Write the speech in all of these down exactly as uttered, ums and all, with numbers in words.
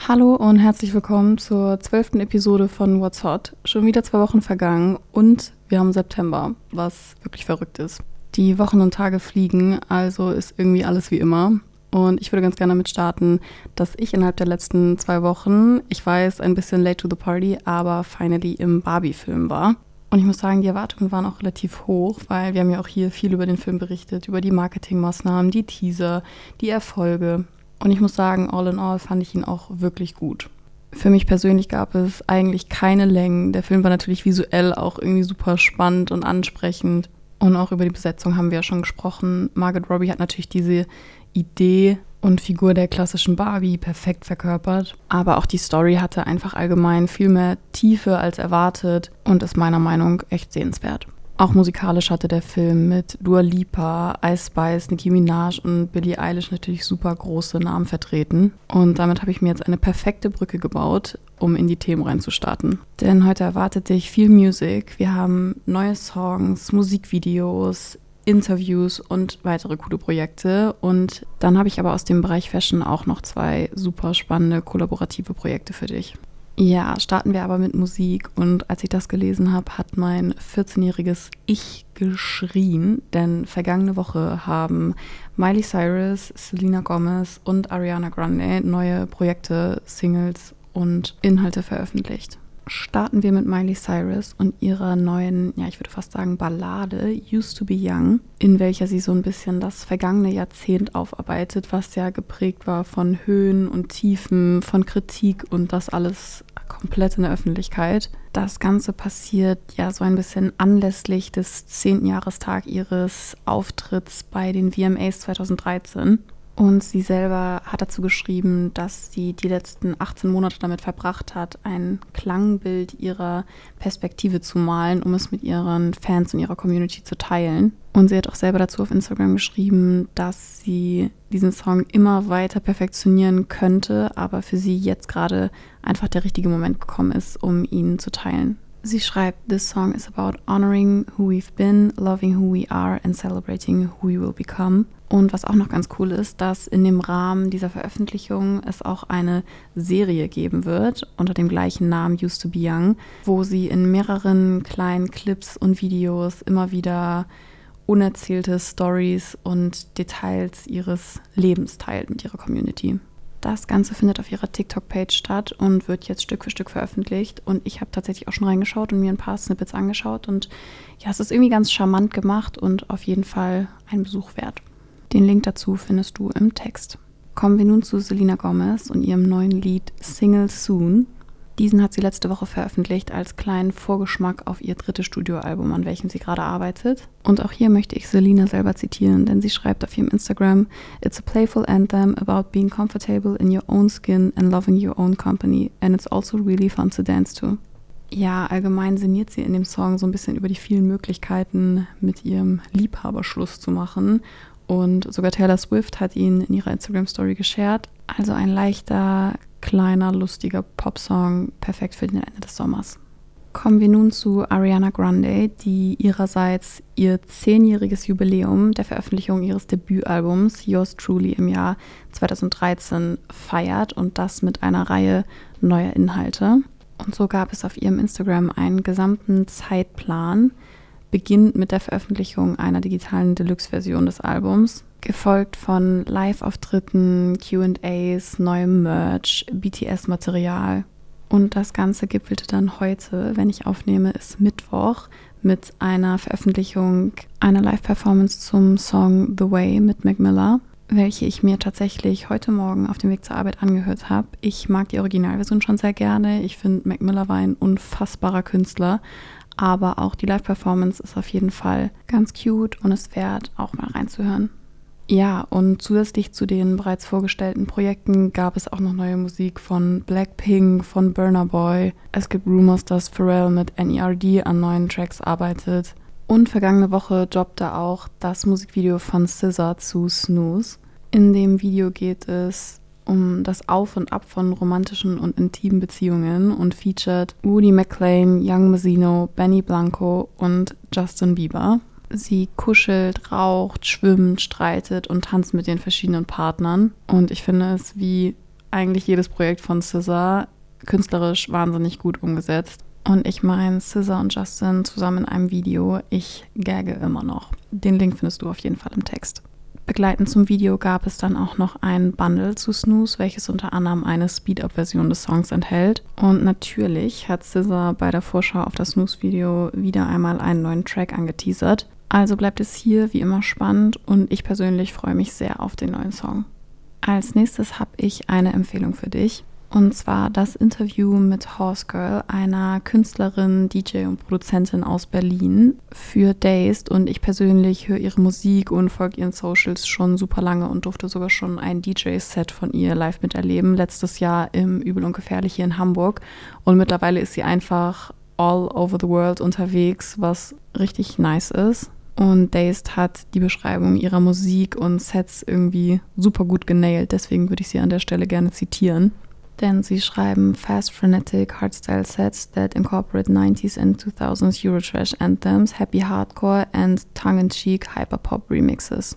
Hallo und herzlich willkommen zur zwölften Episode von What's Hot. Schon wieder zwei Wochen vergangen und wir haben September, was wirklich verrückt ist. Die Wochen und Tage fliegen, also ist irgendwie alles wie immer. Und ich würde ganz gerne damit starten, dass ich innerhalb der letzten zwei Wochen, ich weiß, ein bisschen late to the party, aber finally im Barbie-Film war. Und ich muss sagen, die Erwartungen waren auch relativ hoch, weil wir haben ja auch hier viel über den Film berichtet, über die Marketingmaßnahmen, die Teaser, die Erfolge. Und ich muss sagen, all in all fand ich ihn auch wirklich gut. Für mich persönlich gab es eigentlich keine Längen. Der Film war natürlich visuell auch irgendwie super spannend und ansprechend. Und auch über die Besetzung haben wir ja schon gesprochen. Margot Robbie hat natürlich diese Idee und Figur der klassischen Barbie perfekt verkörpert. Aber auch die Story hatte einfach allgemein viel mehr Tiefe als erwartet und ist meiner Meinung nach echt sehenswert. Auch musikalisch hatte der Film mit Dua Lipa, Ice Spice, Nicki Minaj und Billie Eilish natürlich super große Namen vertreten. Und damit habe ich mir jetzt eine perfekte Brücke gebaut, um in die Themen reinzustarten. Denn heute erwartet dich viel Musik. Wir haben neue Songs, Musikvideos, Interviews und weitere coole Projekte. Und dann habe ich aber aus dem Bereich Fashion auch noch zwei super spannende kollaborative Projekte für dich. Ja, starten wir aber mit Musik und als ich das gelesen habe, hat mein vierzehnjähriges Ich geschrien, denn vergangene Woche haben Miley Cyrus, Selena Gomez und Ariana Grande neue Projekte, Singles und Inhalte veröffentlicht. Starten wir mit Miley Cyrus und ihrer neuen, ja ich würde fast sagen Ballade Used to be Young, in welcher sie so ein bisschen das vergangene Jahrzehnt aufarbeitet, was ja geprägt war von Höhen und Tiefen, von Kritik und das alles komplett in der Öffentlichkeit. Das Ganze passiert ja so ein bisschen anlässlich des zehnten Jahrestag ihres Auftritts bei den V M As zweitausenddreizehn. Und sie selber hat dazu geschrieben, dass sie die letzten achtzehn Monate damit verbracht hat, ein Klangbild ihrer Perspektive zu malen, um es mit ihren Fans und ihrer Community zu teilen. Und sie hat auch selber dazu auf Instagram geschrieben, dass sie diesen Song immer weiter perfektionieren könnte, aber für sie jetzt gerade einfach der richtige Moment gekommen ist, um ihn zu teilen. Sie schreibt, "This song is about honoring who we've been, loving who we are and celebrating who we will become." Und was auch noch ganz cool ist, dass in dem Rahmen dieser Veröffentlichung es auch eine Serie geben wird unter dem gleichen Namen Used to be Young, wo sie in mehreren kleinen Clips und Videos immer wieder unerzählte Stories und Details ihres Lebens teilt mit ihrer Community. Das Ganze findet auf ihrer TikTok-Page statt und wird jetzt Stück für Stück veröffentlicht. Und ich habe tatsächlich auch schon reingeschaut und mir ein paar Snippets angeschaut. Und ja, es ist irgendwie ganz charmant gemacht und auf jeden Fall ein Besuch wert. Den Link dazu findest du im Text. Kommen wir nun zu Selena Gomez und ihrem neuen Lied Single Soon. Diesen hat sie letzte Woche veröffentlicht als kleinen Vorgeschmack auf ihr drittes Studioalbum, an welchem sie gerade arbeitet. Und auch hier möchte ich Selena selber zitieren, denn sie schreibt auf ihrem Instagram: "It's a playful anthem about being comfortable in your own skin and loving your own company, and it's also really fun to dance to." Ja, allgemein sinniert sie in dem Song so ein bisschen über die vielen Möglichkeiten, mit ihrem Liebhaber Schluss zu machen. Und sogar Taylor Swift hat ihn in ihrer Instagram-Story geshared. Also ein leichter, kleiner, lustiger Popsong, perfekt für den Ende des Sommers. Kommen wir nun zu Ariana Grande, die ihrerseits ihr zehnjähriges Jubiläum der Veröffentlichung ihres Debütalbums Yours Truly im Jahr zweitausenddreizehn feiert und das mit einer Reihe neuer Inhalte. Und so gab es auf ihrem Instagram einen gesamten Zeitplan, beginnt mit der Veröffentlichung einer digitalen Deluxe-Version des Albums, gefolgt von Live-Auftritten, Q and A's, neuem Merch, B T S-Material. Und das Ganze gipfelte dann heute, wenn ich aufnehme, ist Mittwoch, mit einer Veröffentlichung einer Live-Performance zum Song The Way mit Mac Miller, welche ich mir tatsächlich heute Morgen auf dem Weg zur Arbeit angehört habe. Ich mag die Originalversion schon sehr gerne. Ich finde, Mac Miller war ein unfassbarer Künstler. Aber auch die Live-Performance ist auf jeden Fall ganz cute und es wert, auch mal reinzuhören. Ja, und zusätzlich zu den bereits vorgestellten Projekten gab es auch noch neue Musik von Blackpink, von Burna Boy. Es gibt Rumors, dass Pharrell mit N E R D an neuen Tracks arbeitet. Und vergangene Woche droppte auch das Musikvideo von S Z A zu Snooze. In dem Video geht es um das Auf und Ab von romantischen und intimen Beziehungen und featured Woody McClain, Young Mazzino, Benny Blanco und Justin Bieber. Sie kuschelt, raucht, schwimmt, streitet und tanzt mit den verschiedenen Partnern. Und ich finde es wie eigentlich jedes Projekt von S Z A künstlerisch wahnsinnig gut umgesetzt. Und ich meine, S Z A und Justin zusammen in einem Video, ich gagge immer noch. Den Link findest du auf jeden Fall im Text. Begleitend zum Video gab es dann auch noch ein Bundle zu Snooze, welches unter anderem eine Speed-Up-Version des Songs enthält. Und natürlich hat S Z A bei der Vorschau auf das Snooze-Video wieder einmal einen neuen Track angeteasert. Also bleibt es hier wie immer spannend und ich persönlich freue mich sehr auf den neuen Song. Als nächstes habe ich eine Empfehlung für dich. Und zwar das Interview mit Horse Girl, einer Künstlerin, D J und Produzentin aus Berlin für Dazed. Und ich persönlich höre ihre Musik und folge ihren Socials schon super lange und durfte sogar schon ein D J-Set von ihr live miterleben. Letztes Jahr im Übel und Gefährlich hier in Hamburg. Und mittlerweile ist sie einfach all over the world unterwegs, was richtig nice ist. Und Dazed hat die Beschreibung ihrer Musik und Sets irgendwie super gut genailt. Deswegen würde ich sie an der Stelle gerne zitieren. Denn sie schreiben fast frenetic hardstyle sets that incorporate nineties and two thousands Eurotrash anthems, happy hardcore and tongue-in-cheek hyperpop remixes.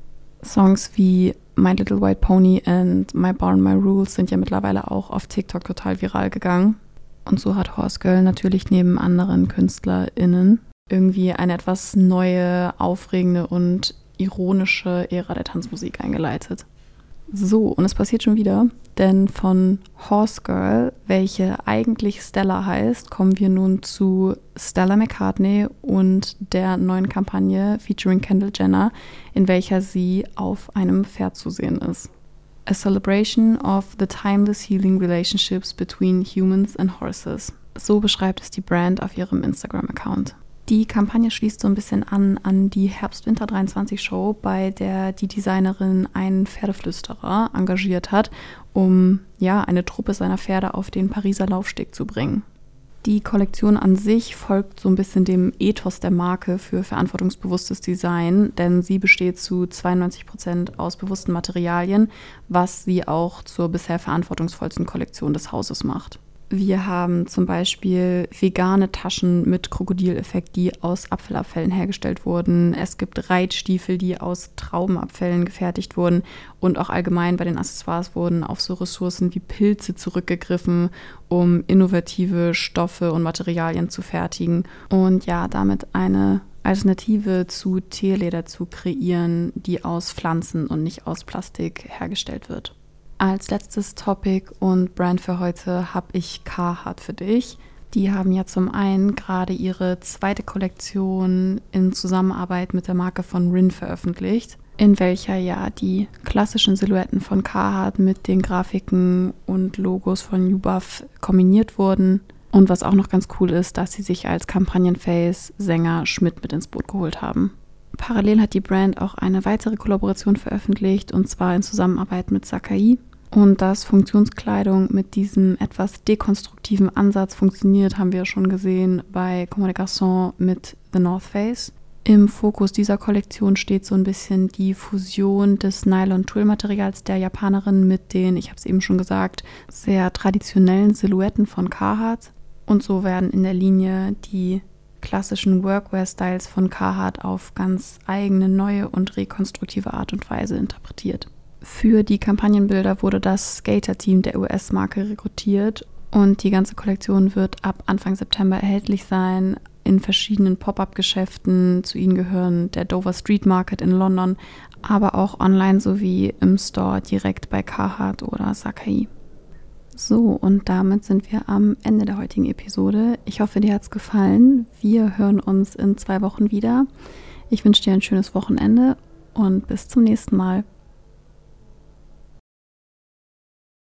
Songs wie My Little White Pony and My Bar and My Rules sind ja mittlerweile auch auf TikTok total viral gegangen. Und so hat Horse Girl natürlich neben anderen KünstlerInnen irgendwie eine etwas neue, aufregende und ironische Ära der Tanzmusik eingeleitet. So, und es passiert schon wieder, denn von Horse Girl, welche eigentlich Stella heißt, kommen wir nun zu Stella McCartney und der neuen Kampagne featuring Kendall Jenner, in welcher sie auf einem Pferd zu sehen ist. A celebration of the timeless healing relationships between humans and horses. So beschreibt es die Brand auf ihrem Instagram-Account. Die Kampagne schließt so ein bisschen an an die Herbst-Winter dreiundzwanzig Show, bei der die Designerin einen Pferdeflüsterer engagiert hat, um ja eine Truppe seiner Pferde auf den Pariser Laufsteg zu bringen. Die Kollektion an sich folgt so ein bisschen dem Ethos der Marke für verantwortungsbewusstes Design, denn sie besteht zu zweiundneunzig Prozent aus bewussten Materialien, was sie auch zur bisher verantwortungsvollsten Kollektion des Hauses macht. Wir haben zum Beispiel vegane Taschen mit Krokodileffekt, die aus Apfelabfällen hergestellt wurden. Es gibt Reitstiefel, die aus Traubenabfällen gefertigt wurden. Und auch allgemein bei den Accessoires wurden auf so Ressourcen wie Pilze zurückgegriffen, um innovative Stoffe und Materialien zu fertigen. Und ja, damit eine Alternative zu Tierleder zu kreieren, die aus Pflanzen und nicht aus Plastik hergestellt wird. Als letztes Topic und Brand für heute habe ich Carhartt für dich. Die haben ja zum einen gerade ihre zweite Kollektion in Zusammenarbeit mit der Marke von Rin veröffentlicht, in welcher ja die klassischen Silhouetten von Carhartt mit den Grafiken und Logos von New Buff kombiniert wurden. Und was auch noch ganz cool ist, dass sie sich als Kampagnenface Sänger Schmidt mit ins Boot geholt haben. Parallel hat die Brand auch eine weitere Kollaboration veröffentlicht, und zwar in Zusammenarbeit mit Sacai. Und dass Funktionskleidung mit diesem etwas dekonstruktiven Ansatz funktioniert, haben wir schon gesehen bei Comme des Garçons mit The North Face. Im Fokus dieser Kollektion steht so ein bisschen die Fusion des Nylon-Twill-Materials der Japanerin mit den, ich habe es eben schon gesagt, sehr traditionellen Silhouetten von Carhartt. Und so werden in der Linie die klassischen Workwear-Styles von Carhartt auf ganz eigene, neue und rekonstruktive Art und Weise interpretiert. Für die Kampagnenbilder wurde das Skater-Team der U S-Marke rekrutiert und die ganze Kollektion wird ab Anfang September erhältlich sein in verschiedenen Pop-up-Geschäften. Zu ihnen gehören der Dover Street Market in London, aber auch online sowie im Store direkt bei Carhartt oder Sacai. So, und damit sind wir am Ende der heutigen Episode. Ich hoffe, dir hat es gefallen. Wir hören uns in zwei Wochen wieder. Ich wünsche dir ein schönes Wochenende und bis zum nächsten Mal.